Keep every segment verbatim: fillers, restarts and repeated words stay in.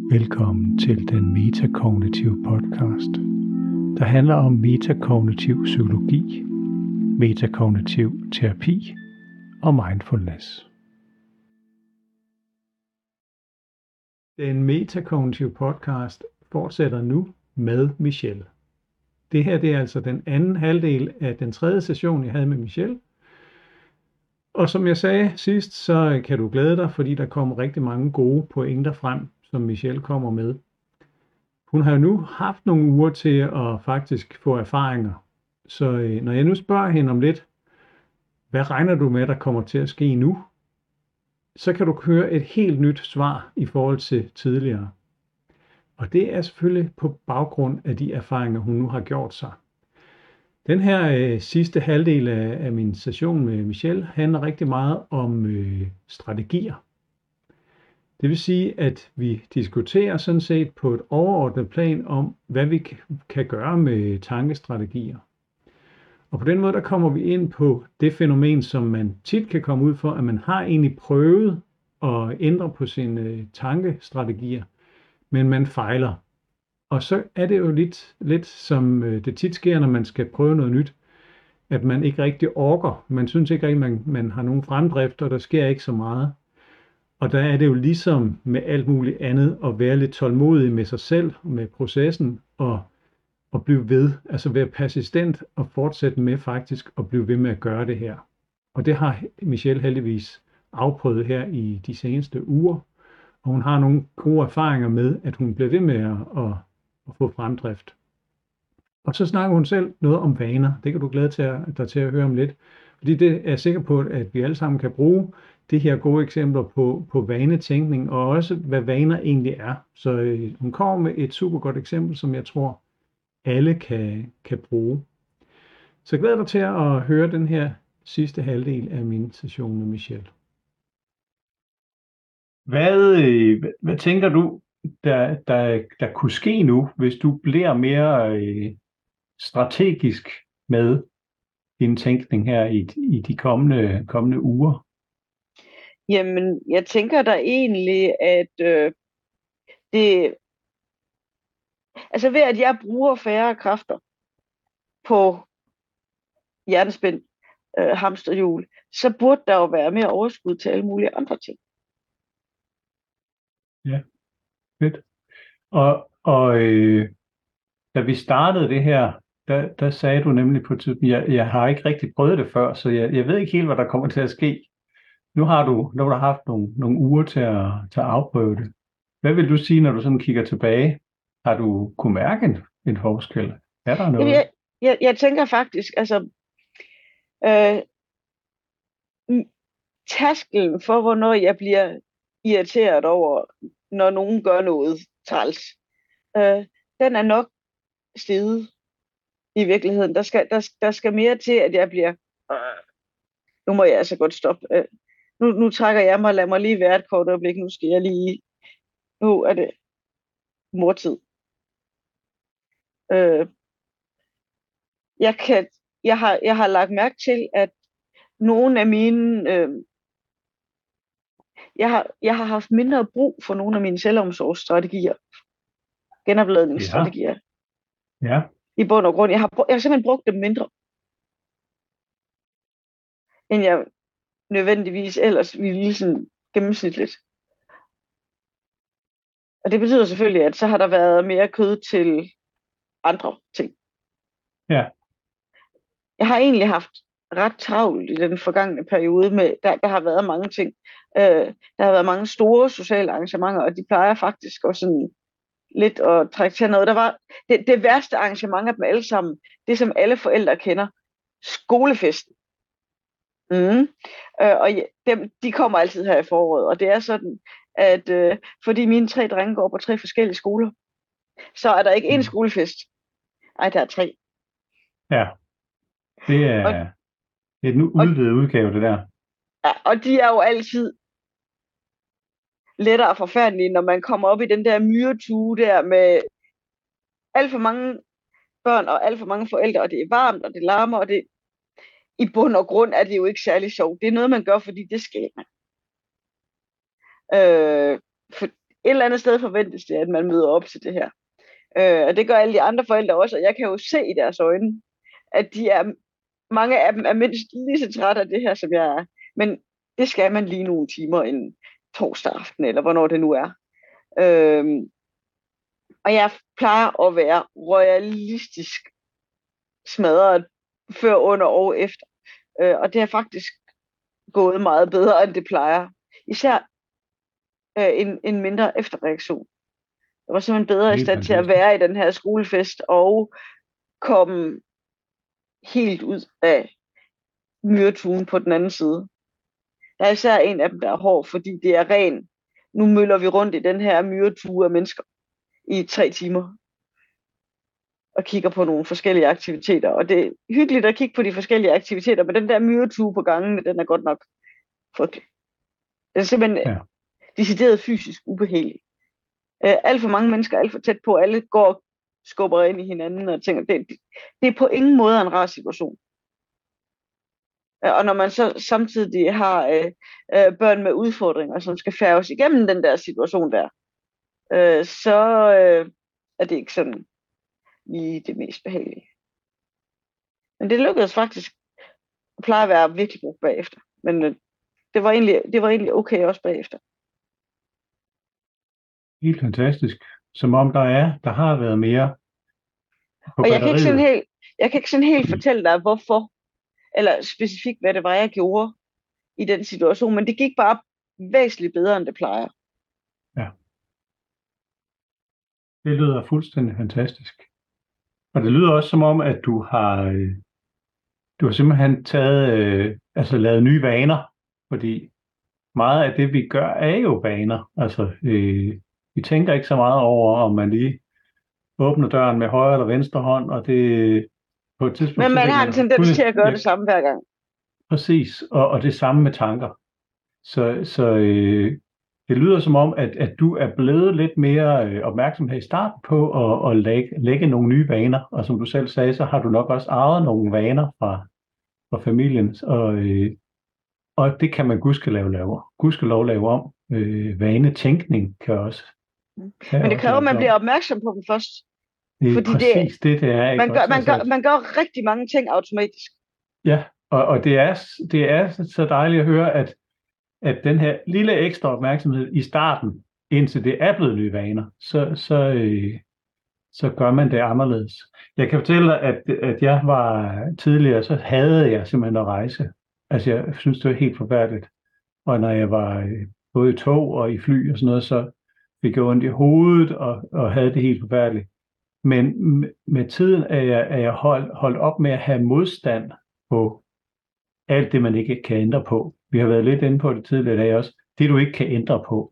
Velkommen til den metakognitive podcast, der handler om metakognitiv psykologi, metakognitiv terapi og mindfulness. Den metakognitive podcast fortsætter nu med Michelle. Det her det er altså den anden halvdel af den tredje session, jeg havde med Michelle. Og som jeg sagde sidst, så kan du glæde dig, fordi der kommer rigtig mange gode pointer frem, som Michelle kommer med. Hun har jo nu haft nogle uger til at faktisk få erfaringer. Så øh, når jeg nu spørger hende om lidt, hvad regner du med, der kommer til at ske nu? Så kan du høre et helt nyt svar i forhold til tidligere. Og det er selvfølgelig på baggrund af de erfaringer, hun nu har gjort sig. Den her øh, sidste halvdel af, af min session med Michelle handler rigtig meget om øh, strategier. Det vil sige, at vi diskuterer sådan set på et overordnet plan om, hvad vi kan gøre med tankestrategier. Og på den måde, der kommer vi ind på det fænomen, som man tit kan komme ud for, at man har egentlig prøvet at ændre på sine tankestrategier, men man fejler. Og så er det jo lidt, lidt som det tit sker, når man skal prøve noget nyt, at man ikke rigtig orker. Man synes ikke rigtig, man, man har nogen fremdrift, og der sker ikke så meget. Og der er det jo ligesom med alt muligt andet at være lidt tålmodig med sig selv, med processen og, og blive ved. Altså være persistent og fortsætte med faktisk at blive ved med at gøre det her. Og det har Michelle heldigvis afprøvet her i de seneste uger. Og hun har nogle gode erfaringer med, at hun bliver ved med at, at, at få fremdrift. Og så snakker hun selv noget om vaner. Det kan du glæde til at, dig til at høre om lidt. Fordi det er jeg sikker på, at vi alle sammen kan bruge det her gode eksempler på, på vanetænkning, og også hvad vaner egentlig er. Så øh, hun kommer med et super godt eksempel, som jeg tror, alle kan, kan bruge. Så glæder dig til at høre den her sidste halvdel af min session med Michelle. Hvad, øh, hvad tænker du, der, der, der kunne ske nu, hvis du bliver mere øh, strategisk med din tænkning her i, i de kommende, kommende uger? Jamen, jeg tænker da egentlig, at øh, det, altså ved at jeg bruger færre kræfter på hjernespind, øh, hamsterhjul, så burde der jo være mere overskud til alle mulige andre ting. Ja, fedt. Og, og øh, da vi startede det her, der, der sagde du nemlig på tidspunkt, jeg, jeg har ikke rigtig prøvet det før, så jeg, jeg ved ikke helt, hvad der kommer til at ske. Nu har du, nu har du haft nogle, nogle uger til at, til at afprøve det. Hvad vil du sige, når du sådan kigger tilbage? Har du kunne mærke en, en forskel? Er der noget? Jeg, jeg, jeg tænker faktisk, altså, øh, tærsklen for, hvornår jeg bliver irriteret over, når nogen gør noget træls, øh, den er nok steget i virkeligheden. Der skal, der, der skal mere til, at jeg bliver, øh, nu må jeg altså godt stoppe. Øh, nu, nu trækker jeg mig, lad mig lige være et kort øjeblik, nu skal jeg lige, nu er det mortid. Øh, jeg, kan, jeg, har, jeg har lagt mærke til, at nogle af mine, øh, jeg, har, jeg har haft mindre brug for nogle af mine selvomsorgsstrategier, genopladningsstrategier. Ja. Ja. I bund og grund, jeg har, jeg har simpelthen brugt dem mindre, end jeg nødvendigvis ellers ville sådan gennemsnitligt. Og det betyder selvfølgelig, at så har der været mere kød til andre ting. Ja. Jeg har egentlig haft ret travlt i den forgangne periode med, der, der har været mange ting. Øh, der har været mange store sociale arrangementer, og de plejer faktisk også sådan lidt at trække til noget. Der var det, det værste arrangement af dem alle sammen, det som alle forældre kender, skolefesten. Mm. Øh, og dem, de kommer altid her i foråret, og det er sådan, at øh, fordi mine tre drenge går på tre forskellige skoler, så er der ikke én skolefest. Ej, der er tre. Ja, det er, og, det er en udvidet udgave, det der. Ja, og de er jo altid lettere forfærdelige, når man kommer op i den der myretue der med alt for mange børn og alt for mange forældre, og det er varmt, og det larmer, og det i bund og grund er det jo ikke særlig sjovt. Det er noget, man gør, fordi det skal man. Øh, for eller andet sted forventes det, at man møder op til det her. Øh, og det gør alle de andre forældre også, og jeg kan jo se i deres øjne, at de er, mange af dem er mindst lige så trætte af det her, som jeg er. Men det skal man lige nogle timer en torsdag aften, eller hvornår det nu er. Øh, og jeg plejer at være royalistisk smadret før, under og efter. Øh, og det er faktisk gået meget bedre, end det plejer. Især øh, en, en mindre efterreaktion. Jeg var simpelthen bedre i stand til at være i den her skolefest og komme helt ud af myretuen på den anden side. Der er især en af dem, der er hård, fordi det er ren. Nu møller vi rundt i den her myretue af mennesker i tre timer og kigger på nogle forskellige aktiviteter. Og det er hyggeligt at kigge på de forskellige aktiviteter, men den der myretue på gangene, den er godt nok frygtelig. Den er simpelthen ja. decideret fysisk ubehagelig. Uh, alt for mange mennesker, alt for tæt på, alle går og skubber ind i hinanden og tænker, det, det, det er på ingen måde en rar situation. Uh, og når man så samtidig har uh, uh, børn med udfordringer, som skal færges igennem den der situation der, uh, så uh, er det ikke sådan lige det mest behagelige. Men det lykkedes faktisk. Det plejer at være virkelig brugt bagefter. Men uh, det, var egentlig, det var egentlig okay også bagefter. Helt fantastisk. Som om der er, der har været mere på og jeg kan, ikke sådan helt, jeg kan ikke sådan helt fortælle dig, hvorfor, eller specifikt, hvad det var, jeg gjorde i den situation, men det gik bare væsentligt bedre, end det plejer. Ja. Det lyder fuldstændig fantastisk. Og det lyder også som om, at du har, du har simpelthen taget, øh, altså lavet nye vaner, fordi meget af det, vi gør, er jo vaner. Altså, øh, vi tænker ikke så meget over, om man lige åbner døren med højre eller venstre hånd, og det på et tidspunkt... Men man har en tendens til at gøre ja, det samme hver gang. Præcis, og, og det samme med tanker. Så, så øh, det lyder som om, at, at du er blevet lidt mere øh, opmærksom her i starten på at, at lægge, lægge nogle nye vaner, og som du selv sagde, så har du nok også arvet nogle vaner fra, fra familien, og, øh, og det kan man gudskelov lave, gudskelov lave om. Øh, vanetænkning kan også. Kan Men det kræver, at man bliver opmærksom på dem først. Det er fordi præcis det, det, det er. Ikke? Man, gør, man, gør, man gør rigtig mange ting automatisk. Ja, og, og det, er, det er så dejligt at høre, at, at den her lille ekstra opmærksomhed i starten, indtil det er blevet nye vaner, så, så, øh, så gør man det anderledes. Jeg kan fortælle dig, at, at jeg var tidligere, så havde jeg simpelthen at rejse. Altså jeg synes, det var helt forfærdeligt. Og når jeg var både i tog og i fly og sådan noget, så fik jeg ondt i hovedet og, og havde det helt forfærdeligt. Men med tiden er jeg, er jeg holdt, holdt op med at have modstand på alt det, man ikke kan ændre på. Vi har været lidt inde på det tidligere i dag også. Det, du ikke kan ændre på.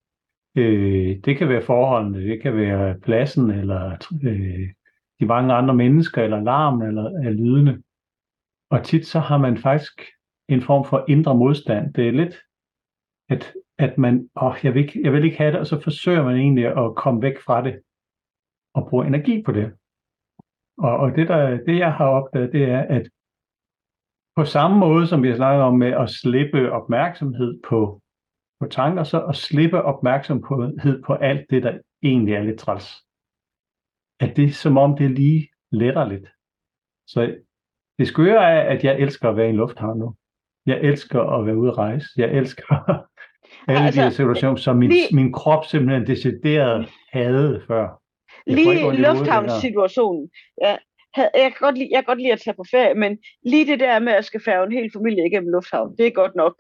Øh, det kan være forholdene, det kan være pladsen, eller øh, de mange andre mennesker, eller larmen, eller, eller lydene. Og tit så har man faktisk en form for indre modstand. Det er lidt, at, at man, åh, jeg vil, ikke, jeg vil ikke have det, og så forsøger man egentlig at komme væk fra det, og bruge energi på det. Og, og det, der, det, jeg har opdaget, det er, at på samme måde, som vi har snakket om med at slippe opmærksomhed på, på tanker, så at slippe opmærksomhed på alt det, der egentlig er lidt træls. At det er som om, det er lige lettere lidt. Så det skøre er, at jeg elsker at være i en lufthavn nu. Jeg elsker at være ude at rejse. Jeg elsker alle altså, de her situationer, som min, lige, min krop simpelthen decideret havde før. Jeg lige lufthavnssituationen. Ja, jeg, kan godt lide, jeg kan godt lide at tage på ferie, men lige det der med at skal færge en hel familie igennem lufthavn, det er godt nok.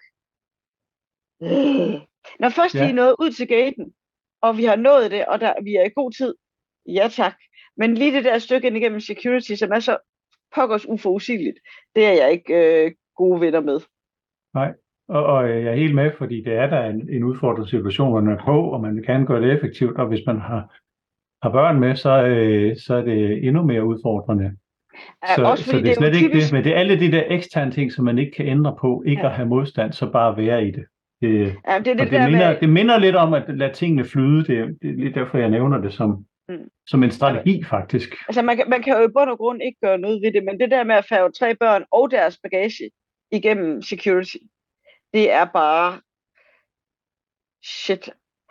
Når først ja. vi er nået ud til gaten, og vi har nået det, og der, vi er i god tid, ja tak. Men lige det der stykke ind igennem security, som er så pokkers uforudsigeligt, det er jeg ikke øh, gode venner med. Nej, og, og jeg er helt med, fordi det er der en, en udfordrende situation, hvor man er på, og man kan gøre det effektivt, og hvis man har, har børn med, så, øh, så er det endnu mere udfordrende. Ja, så, også så det er slet ikke typisk... det, men det er alle de der eksterne ting, som man ikke kan ændre på, ikke ja. at have modstand, så bare være i det. Det, ja, det, det, det, der minder, med... det minder lidt om at lade tingene flyde, det, det er lige derfor, jeg nævner det som, mm. som en strategi ja. faktisk. Altså man kan, man kan jo i bund og grund ikke gøre noget ved det, men det der med at færge tre børn og deres bagage igennem security, det er bare shit.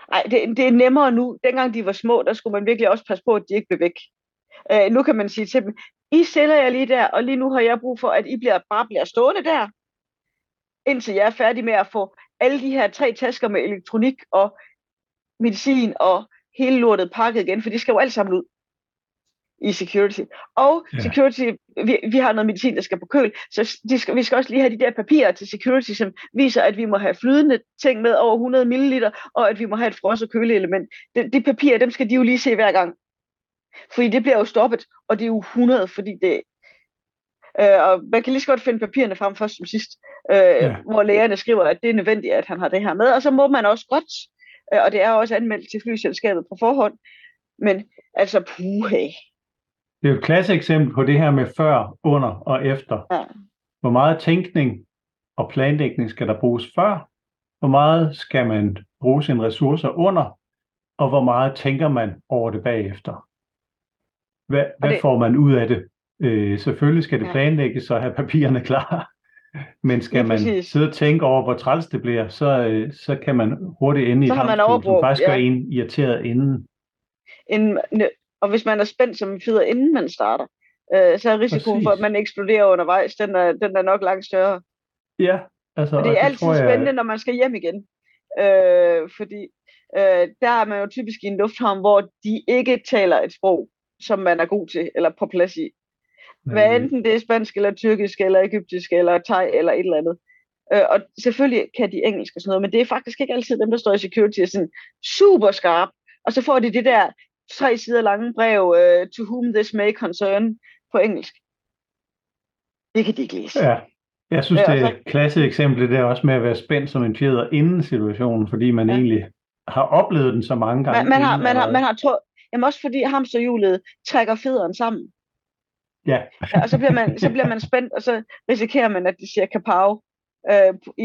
ej, det, det er nemmere nu. Dengang de var små, der skulle man virkelig også passe på, at de ikke blev væk. Øh, nu kan man sige til dem, I stiller jer lige der, og lige nu har jeg brug for, at I bliver, bare bliver stående der, indtil jeg er færdig med at få alle de her tre tasker med elektronik og medicin og hele lortet pakket igen, for de skal jo alt sammen ud i security. Og Ja. security, vi, vi har noget medicin, der skal på køl, så de skal, vi skal også lige have de der papirer til security, som viser, at vi må have flydende ting med over hundrede milliliter, og at vi må have et frost- og køleelement. De, de papirer, dem skal de jo lige se hver gang. Fordi det bliver jo stoppet, og det er jo hundrede, fordi det... Øh, og man kan lige så godt finde papirerne frem først som sidst, øh, Ja. hvor lægerne skriver, at det er nødvendigt, at han har det her med, og så må man også godt, øh, og det er også anmeldt til flyselskabet på forhånd, men altså puha. Det er jo et klasse eksempel på det her med før, under og efter. Ja. Hvor meget tænkning og planlægning skal der bruges før? Hvor meget skal man bruge sine ressourcer under? Og hvor meget tænker man over det bagefter? Hvad, hvad det... får man ud af det? Øh, selvfølgelig skal det Ja. planlægges og have papirerne klar. Men skal Lige man præcis. sidde og tænke over, hvor træls det bliver, så, øh, så kan man hurtigt ende i Så et har man hamsterhjul, som overbrugt, faktisk gør ja. en irriteret inden. En, og hvis man er spændt som en fjeder, inden man starter, øh, så er risikoen Præcis. for, at man eksploderer undervejs, den er, den er nok langt større. Ja, altså, Og det er og det altid tror jeg... spændende, når man skal hjem igen. Øh, fordi øh, der er man jo typisk i en lufthavn, hvor de ikke taler et sprog, som man er god til, eller på plads i. Hvad enten det er spansk, eller tyrkisk, eller egyptisk, eller thai, eller et eller andet. Øh, og selvfølgelig kan de engelsk og sådan noget, men det er faktisk ikke altid dem, der står i security, er sådan super skarp. Og så får de det der tre sider lange brev, uh, to whom this may concern, på engelsk. Det kan de ikke læse. Ja, jeg synes, Ja, det er så... et klasse eksempel, det der også med at være spændt som en fjeder inden situationen, fordi man ja. egentlig har oplevet den så mange gange. Man, man har, man har, man har tro... Jamen også fordi hamsterhjulet trækker fjederen sammen. Ja. Ja, og så bliver, man, så bliver man spændt, og så risikerer man, at de siger kapow, øh, i,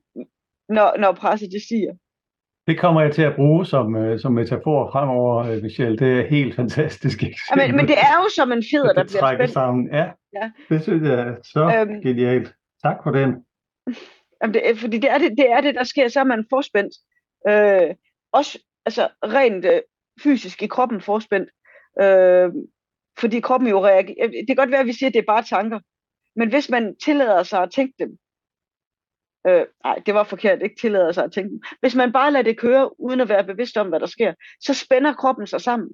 når, når presset det stiger. Det kommer jeg til at bruge som, øh, som metafor fremover, Michelle. Det er helt fantastisk eksempel. Ja, men, men det er jo som en fjeder, der bliver spændt. Sammen. Ja, ja, det synes jeg er så øhm, genialt. Tak for den. Jamen det, fordi det er det, det er det, der sker, så er man forspændt. Øh, også altså, rent øh, fysisk i kroppen forspændt. Øh, fordi kroppen jo reagerer. Det kan godt være, at vi siger, at det er bare tanker. Men hvis man tillader sig at tænke dem, øh, nej, det var forkert, ikke tillader sig at tænke dem. Hvis man bare lader det køre, uden at være bevidst om, hvad der sker, så spænder kroppen sig sammen.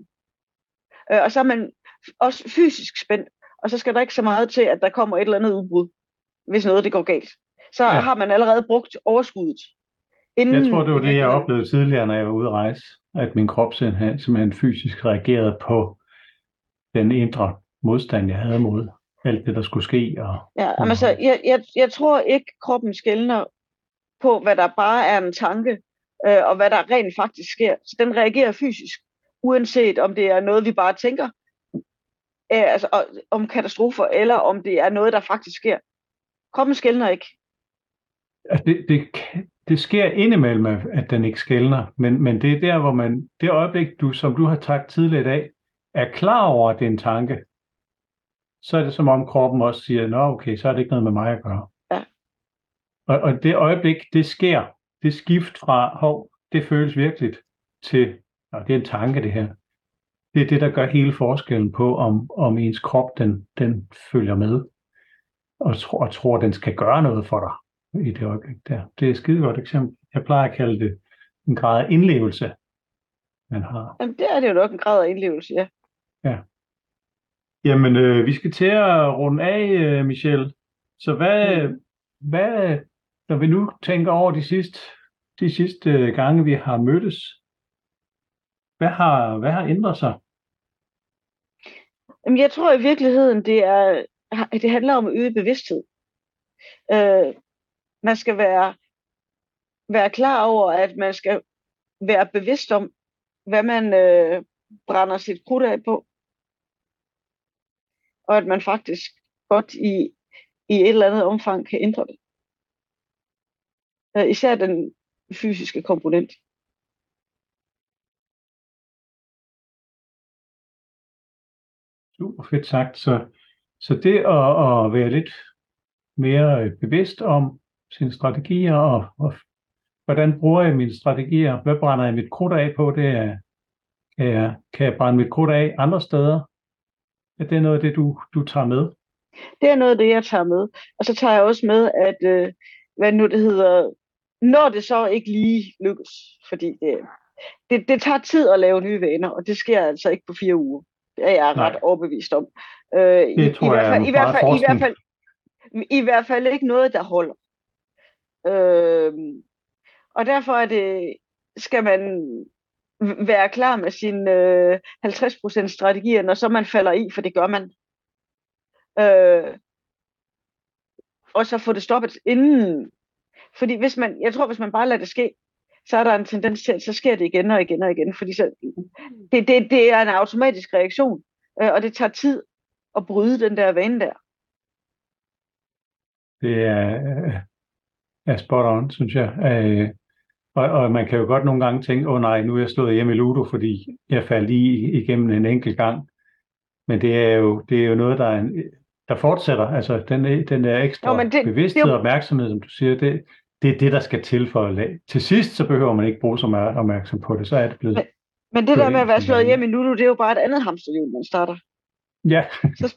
Øh, og så er man også fysisk spændt. Og så skal der ikke så meget til, at der kommer et eller andet udbrud, hvis noget det går galt. Så ja. har man allerede brugt overskuddet. Inden jeg tror, det var det, jeg oplevede tidligere, når jeg var ude at rejse, at min krop simpelthen, simpelthen fysisk reagerede på den indre modstand, jeg havde mod alt det, der skulle ske. Og, ja, altså, jeg, jeg, jeg tror ikke, kroppen skelner på, hvad der bare er en tanke, øh, og hvad der rent faktisk sker. Så den reagerer fysisk, uanset om det er noget, vi bare tænker, øh, altså, om katastrofer, eller om det er noget, der faktisk sker. Kroppen skelner ikke. Det, det, det sker indimellem, at den ikke skelner, men, men det er der, hvor man, det øjeblik, du, som du har sagt tidligere i dag, er klar over, at det er en tanke, så er det som om kroppen også siger, nå okay, så er det ikke noget med mig at gøre. Ja. Og, og det øjeblik, det sker, det skift fra, hov, det føles virkeligt, til, nå, det er en tanke det her. Det er det, der gør hele forskellen på, om, om ens krop, den, den følger med, og, tro, og tror, den skal gøre noget for dig i det øjeblik der. Det er et skide godt eksempel. Jeg plejer at kalde det en grad af indlevelse, man har. Jamen, det er det jo nok en grad af indlevelse, ja. Ja. Jamen, øh, vi skal til at runde af, øh, Michelle. Så hvad, mm. hvad, når vi nu tænker over de sidste, de sidste gange, vi har mødtes, hvad har, hvad har ændret sig? Jamen, jeg tror i virkeligheden, det er, det handler om øget bevidsthed. Øh, man skal være, være klar over, at man skal være bevidst om, hvad man øh, brænder sit krudt af på. Og at man faktisk godt i, i et eller andet omfang kan ændre det. Øh, især den fysiske komponent. Super fedt sagt. Så, så det at, at være lidt mere bevidst om sine strategier og, og hvordan bruger jeg mine strategier? Hvad brænder jeg mit krudt af på? Det er, kan, jeg, kan jeg brænde mit krudt af andre steder? Er det noget af det, du, du tager med? Det er noget af det, jeg tager med. Og så tager jeg også med, at øh, hvad nu det hedder, når det så ikke lige lykkes, fordi det, det, det tager tid at lave nye vaner, og det sker altså ikke på fire uger. Det er jeg ret overbevist om. Øh, det i, tror i, hvert fald, jeg i, hvert fald, i, hvert fald, I hvert fald ikke noget, der holder. Øh, og derfor er det, skal man være klar med sine øh, halvtreds procent strategier, når så man falder i, for det gør man. Øh, og så få det stoppet inden. Fordi hvis man, jeg tror, hvis man bare lader det ske, så er der en tendens til, at så sker det igen og igen og igen. Fordi så, det, det, det er en automatisk reaktion, øh, og det tager tid at bryde den der vane der. Det er, er spot on, synes jeg. Øh, og, og man kan jo godt nogle gange tænke, åh oh, nej, nu er jeg slået hjem i Ludo, fordi jeg faldt lige igennem en enkelt gang. Men det er jo, det er jo noget, der, er en, der fortsætter. Altså den, den der ekstra jo, det, bevidsthed og opmærksomhed, som du siger, det, det er det, der skal til for at lade. Til sidst, så behøver man ikke bruge så meget opmærksom på det. Så er det blevet... Men, men det der med at være slået hjem i Ludo, det er jo bare et andet hamsterhjul, man starter. Ja. Så,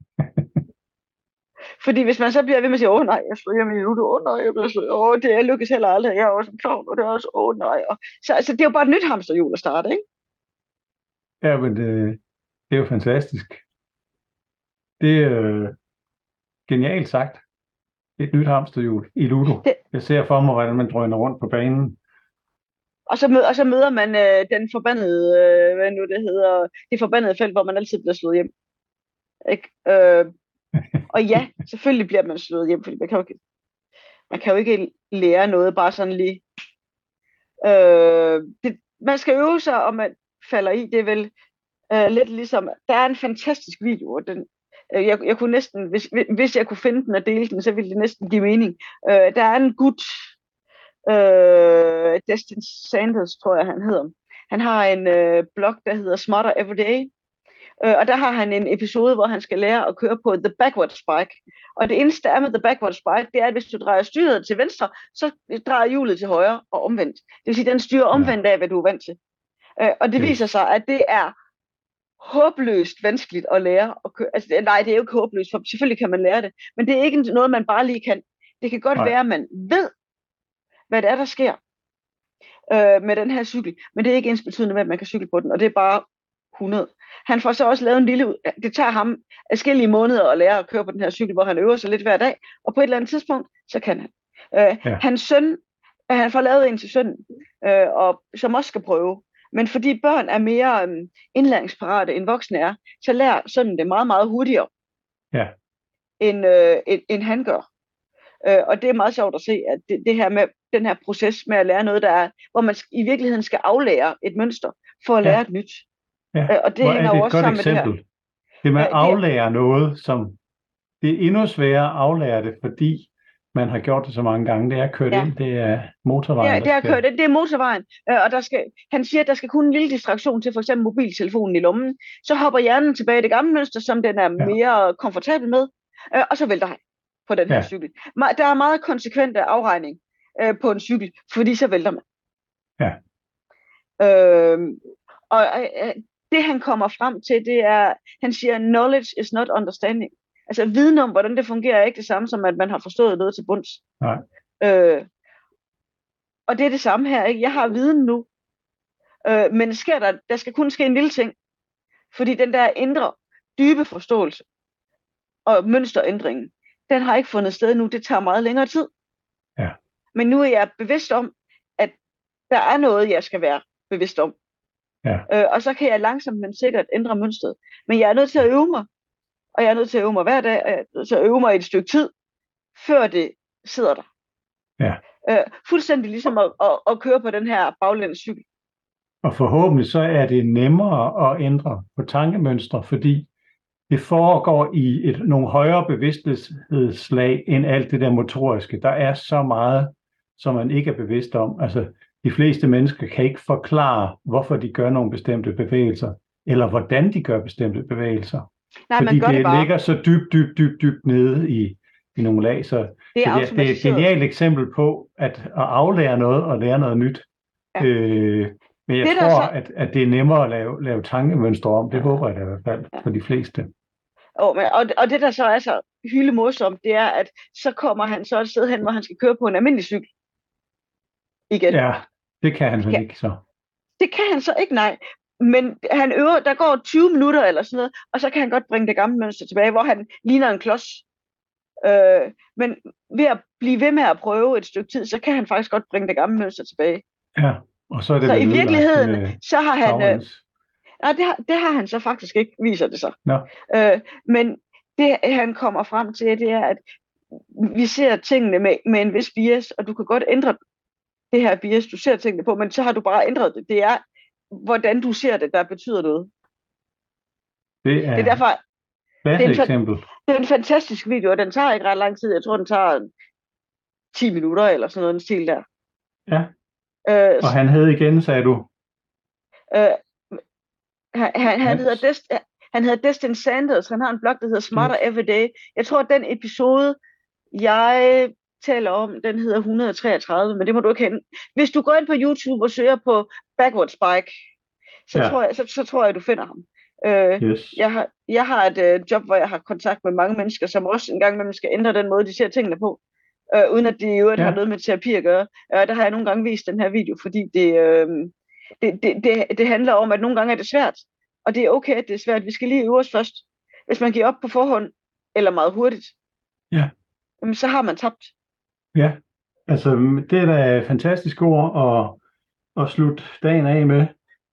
fordi hvis man så bliver ved med at sige, åh nej, jeg slår hjem i Ludo, åh nej, jeg bliver slået, åh det er lykkes heller aldrig, jeg er også en klovn, og det er også, åh nej. Og, så altså, det er jo bare et nyt hamsterhjul at starte, ikke? Ja, men det, det er jo fantastisk. Det er øh, genialt sagt. Et nyt hamsterhjul i Ludo. Det, jeg ser for mig, hvordan man drøner rundt på banen. Og så, møder, og så møder man øh, den forbandede, øh, hvad nu det hedder, det forbandede felt, hvor man altid bliver slået hjem. Ikke? Øh, og ja, selvfølgelig bliver man slået hjem, fordi man kan jo ikke, man kan jo ikke lære noget bare sådan lige. Øh, det, man skal øve sig, og man falder i. Det er vel øh, lidt ligesom, der er en fantastisk video, og den, øh, jeg, jeg kunne næsten, hvis, hvis jeg kunne finde den og dele den, så ville det næsten give mening. Øh, der er en gut, øh, Destin Sanders, tror jeg han hedder. Han har en øh, blog, der hedder Smarter Everyday. Øh, og der har han en episode, hvor han skal lære at køre på the backward spike. Og det eneste der er med the backward spike, det er, at hvis du drejer styret til venstre, så drejer hjulet til højre og omvendt. Det vil sige, at den styrer omvendt af, hvad du er vant til. Øh, og det viser sig, at det er håbløst vanskeligt at lære at køre. Altså, nej, det er jo ikke håbløst, for selvfølgelig kan man lære det. Men det er ikke noget, man bare lige kan. Det kan godt nej. være, at man ved, hvad det er, der sker øh, med den her cykel. Men det er ikke ensbetydende med, at man kan cykle på den. Og det er bare hundrede. Han får så også lavet en lille... Det tager ham adskillige måneder at lære at køre på den her cykel, hvor han øver sig lidt hver dag. Og på et eller andet tidspunkt, så kan han. Øh, ja. Hans søn, han får lavet en til sønnen, øh, og, som også skal prøve. Men fordi børn er mere øh, indlæringsparate end voksne er, så lærer sønnen det meget, meget hurtigere, ja. end, øh, end, end han gør. Øh, og det er meget sjovt at se, at det, det her med den her proces med at lære noget, der er, hvor man i virkeligheden skal aflære et mønster, for at lære ja. et nyt. Ja. Øh, og det Hvor hænger jo også sammen eksempel? med det her. Det med at aflære det... noget, som det er endnu sværere at aflære det, fordi man har gjort det så mange gange. Det er kørt ja. ind, det er motorvejen. Ja, det er kørt ind, det er motorvejen. Og der skal, han siger, at der skal kun en lille distraktion til, for eksempel mobiltelefonen i lommen. Så hopper hjernen tilbage i det gamle mønster, som den er ja. mere komfortabel med, og så vælter han på den her ja. cykel. Der er meget konsekvent afregning på en cykel, fordi så vælter man. Ja. Øhm, og det han kommer frem til, det er, han siger, knowledge is not understanding. Altså viden om, hvordan det fungerer, er ikke det samme som, at man har forstået noget til bunds. Nej. Øh, og det er det samme her, ikke? Jeg har viden nu, øh, men sker der, der skal kun ske en lille ting, fordi den der indre, dybe forståelse og mønsterændringen, den har ikke fundet sted nu, det tager meget længere tid. Ja. Men nu er jeg bevidst om, at der er noget, jeg skal være bevidst om. Ja. Øh, og så kan jeg langsomt, men sikkert ændre mønstret. Men jeg er nødt til at øve mig. Og jeg er nødt til at øve mig hver dag. Og jeg er nødt til at øve mig et stykke tid, før det sidder der. Ja. Øh, fuldstændig ligesom at, at, at køre på den her baglæns cykel. Og forhåbentlig så er det nemmere at ændre på tankemønstre, fordi det foregår i et, nogle højere bevidsthedslag end alt det der motoriske. Der er så meget, som man ikke er bevidst om. Altså, de fleste mennesker kan ikke forklare, hvorfor de gør nogle bestemte bevægelser, eller hvordan de gør bestemte bevægelser. Nej, fordi man gør det, det bare. ligger så dybt, dybt, dybt, dybt nede i, i nogle lag. Så Det er så det, det er et automatiseret. genialt eksempel på at, at aflære noget og lære noget nyt. Ja. Øh, men jeg Det, der tror, så- at, at det er nemmere at lave, lave tankemønstre om. Det håber jeg da i hvert fald Ja. for de fleste. Og, men- og, og det, der så er så hylde morsomt, det er, at så kommer han så et sted hen, hvor han skal køre på en almindelig cykel. Igen. Ja, det kan han vel Ja. ikke så. Det kan han så ikke, nej. Men han øver, der går tyve minutter eller sådan noget, og så kan han godt bringe det gamle mønster tilbage, hvor han ligner en klods. Øh, men ved at blive ved med at prøve et stykke tid, så kan han faktisk godt bringe det gamle mønster tilbage. Ja, og så er det Så vel i ødelagt virkeligheden, med så har han... Øh, Tauens. nej, det har, det har han så faktisk ikke, viser det sig. Nå. Øh, men det, han kommer frem til, det er, at vi ser tingene med, med en vis bias, og du kan godt ændre det her bias, du ser tingene på, men så har du bare ændret det. Det er, hvordan du ser det, der betyder noget. Det Det er er derfor, et det er en fa- eksempel. det er en fantastisk video, og den tager ikke ret lang tid. Jeg tror, den tager ti minutter eller sådan noget, en stil der. Ja. Øh, Og han havde igen, sagde du. øh, han, han, han, Hans. hedder Dest, han hedder Destin Sanders. Han har en blog, der hedder Smarter Yes. Everyday. Jeg tror, at den episode, jeg taler om, den hedder et hundrede og treogtredive, men det må du ikke kende. Hvis du går ind på YouTube og søger på Backwards Bike, så, Ja. tror, jeg, så, så tror jeg, du finder ham. Øh, Yes. jeg, har, jeg har et øh, job, hvor jeg har kontakt med mange mennesker, som også engang imellem skal ændre den måde, de ser tingene på, øh, uden at de i øvrigt Ja. har noget med terapi at gøre. Øh, der har jeg nogle gange vist den her video, fordi det, øh, det, det, det, det handler om, at nogle gange er det svært. Og det er okay, at det er svært. Vi skal lige øve os først. Hvis man giver op på forhånd, eller meget hurtigt, Ja. jamen, så har man tabt. Ja, altså det er da et fantastisk ord at, at slutte dagen af med.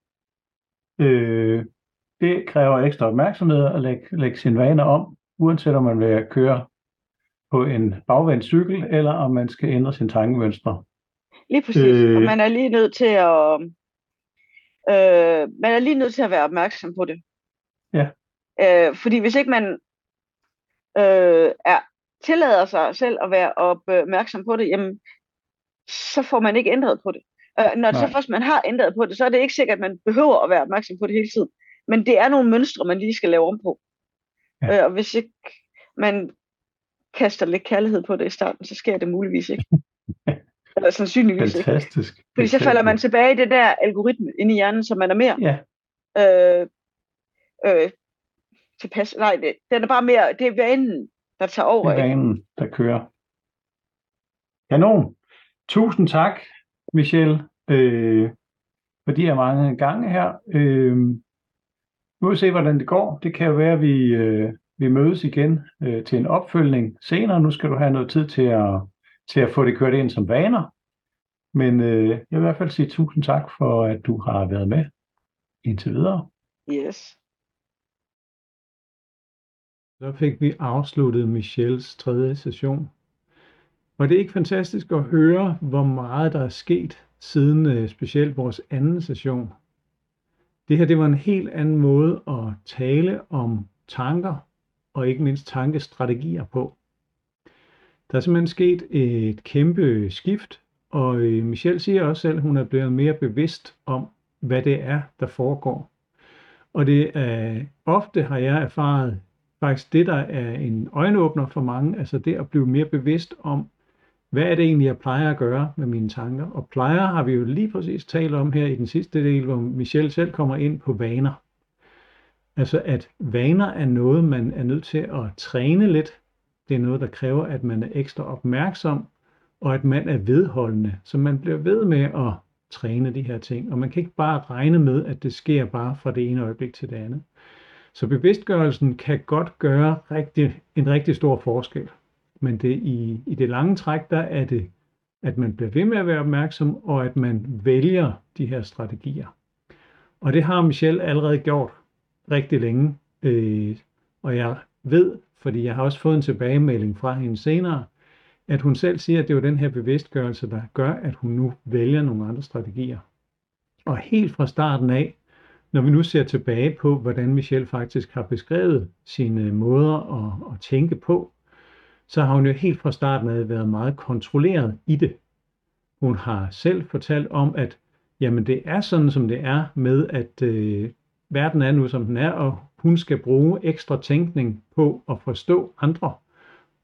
Øh, det kræver ekstra opmærksomhed at lægge, lægge sine vaner om, uanset om man vil køre på en bagvendt cykel, eller om man skal ændre sin tankemønstre. Lige præcis. Øh. Og man er lige nødt til at øh, man er lige nødt til at være opmærksom på det. Ja. Øh, fordi hvis ikke man øh, er tillader sig selv at være opmærksom på det, jamen, så får man ikke ændret på det. Øh, når det så Nej. først man har ændret på det, så er det ikke sikkert, at man behøver at være opmærksom på det hele tiden. Men det er nogle mønstre, man lige skal lave om på. Ja. Øh, og hvis ikke man kaster lidt kærlighed på det i starten, så sker det muligvis ikke. Eller sandsynligvis ikke. Fantastisk. Fordi så falder man tilbage i det der algoritme inde i hjernen, som man er mere Ja, øh, øh, tilpas. Nej, det, den er bare mere, det er vanen, der tager det over. er Ikke? vanen, der kører. Kanon. Tusind tak, Michelle, øh, for de her mange gange her. Øh, nu vil vi se, hvordan det går. Det kan jo være, at vi, øh, vi mødes igen øh, til en opfølgning senere. Nu skal du have noget tid til at, til at få det kørt ind som vaner. Men øh, jeg vil i hvert fald sige tusind tak for, at du har været med indtil videre. Yes. Så fik vi afsluttet Michelles tredje session. Og det er ikke fantastisk at høre, hvor meget der er sket siden øh, specielt vores anden session. Det her, det var en helt anden måde at tale om tanker og ikke mindst tankestrategier på. Der er simpelthen sket et kæmpe skift, og øh, Michelle siger også selv, at hun er blevet mere bevidst om, hvad det er, der foregår. Og det er ofte, har jeg erfaret, faktisk det, der er en øjenåbner for mange, altså det at blive mere bevidst om, hvad er det egentlig, jeg plejer at gøre med mine tanker? Og plejer har vi jo lige præcis talt om her i den sidste del, hvor Michelle selv kommer ind på vaner. Altså at vaner er noget, man er nødt til at træne lidt. Det er noget, der kræver, at man er ekstra opmærksom, og at man er vedholdende. Så man bliver ved med at træne de her ting. Og man kan ikke bare regne med, at det sker bare fra det ene øjeblik til det andet. Så bevidstgørelsen kan godt gøre rigtig, en rigtig stor forskel. Men det, i, i det lange træk, der er det, at man bliver ved med at være opmærksom, og at man vælger de her strategier. Og det har Michelle allerede gjort rigtig længe. Øh, og jeg ved, fordi jeg har også fået en tilbagemelding fra hende senere, at hun selv siger, at det er jo den her bevidstgørelse, der gør, at hun nu vælger nogle andre strategier. Og helt fra starten af, når vi nu ser tilbage på, hvordan Michelle faktisk har beskrevet sine måder at, at tænke på, så har hun jo helt fra starten af været meget kontrolleret i det. Hun har selv fortalt om, at jamen, det er sådan, som det er med, at øh, verden er nu, som den er, og hun skal bruge ekstra tænkning på at forstå andre.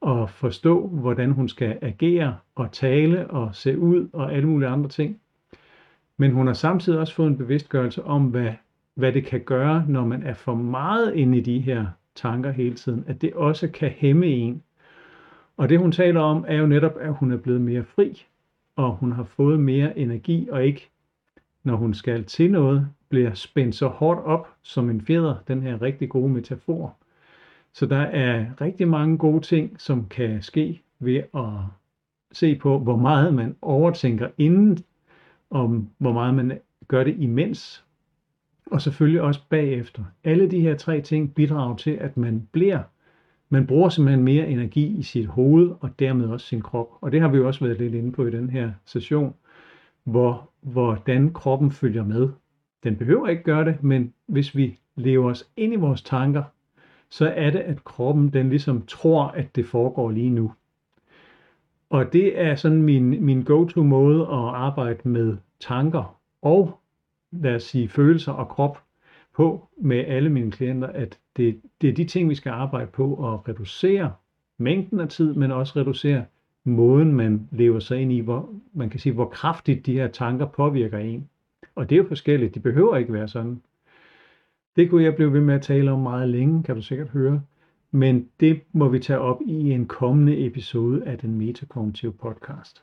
og forstå, hvordan hun skal agere og tale og se ud og alle mulige andre ting. Men hun har samtidig også fået en bevidstgørelse om, hvad, hvad det kan gøre, når man er for meget inde i de her tanker hele tiden, at det også kan hæmme en. Og det hun taler om er jo netop, at hun er blevet mere fri, og hun har fået mere energi, og ikke, når hun skal til noget, bliver spændt så hårdt op som en fjeder, den her rigtig gode metafor. Så der er rigtig mange gode ting, som kan ske ved at se på, hvor meget man overtænker inden, og hvor meget man gør det imens, og selvfølgelig også bagefter. Alle de her tre ting bidrager til, at man bliver, man bruger simpelthen mere energi i sit hoved, og dermed også sin krop. Og det har vi jo også været lidt inde på i den her session, hvor, hvordan kroppen følger med. Den behøver ikke gøre det, men hvis vi lever os ind i vores tanker, så er det, at kroppen den ligesom tror, at det foregår lige nu. Og det er sådan min, min go-to måde at arbejde med tanker og, lad os sige, følelser og krop på med alle mine klienter, at det, det er de ting, vi skal arbejde på at reducere mængden af tid, men også reducere måden, man lever sig ind i, hvor man kan sige, hvor kraftigt de her tanker påvirker en. Og det er jo forskelligt, de behøver ikke være sådan. Det kunne jeg blive ved med at tale om meget længe, kan du sikkert høre. Men det må vi tage op i en kommende episode af den Metakognitive podcast.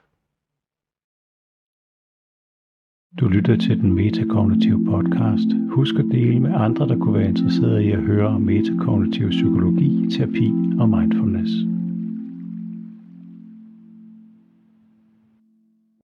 Du lytter til den Metakognitive podcast. Husk at dele med andre, der kunne være interesserede i at høre om metakognitiv psykologi, terapi og mindfulness.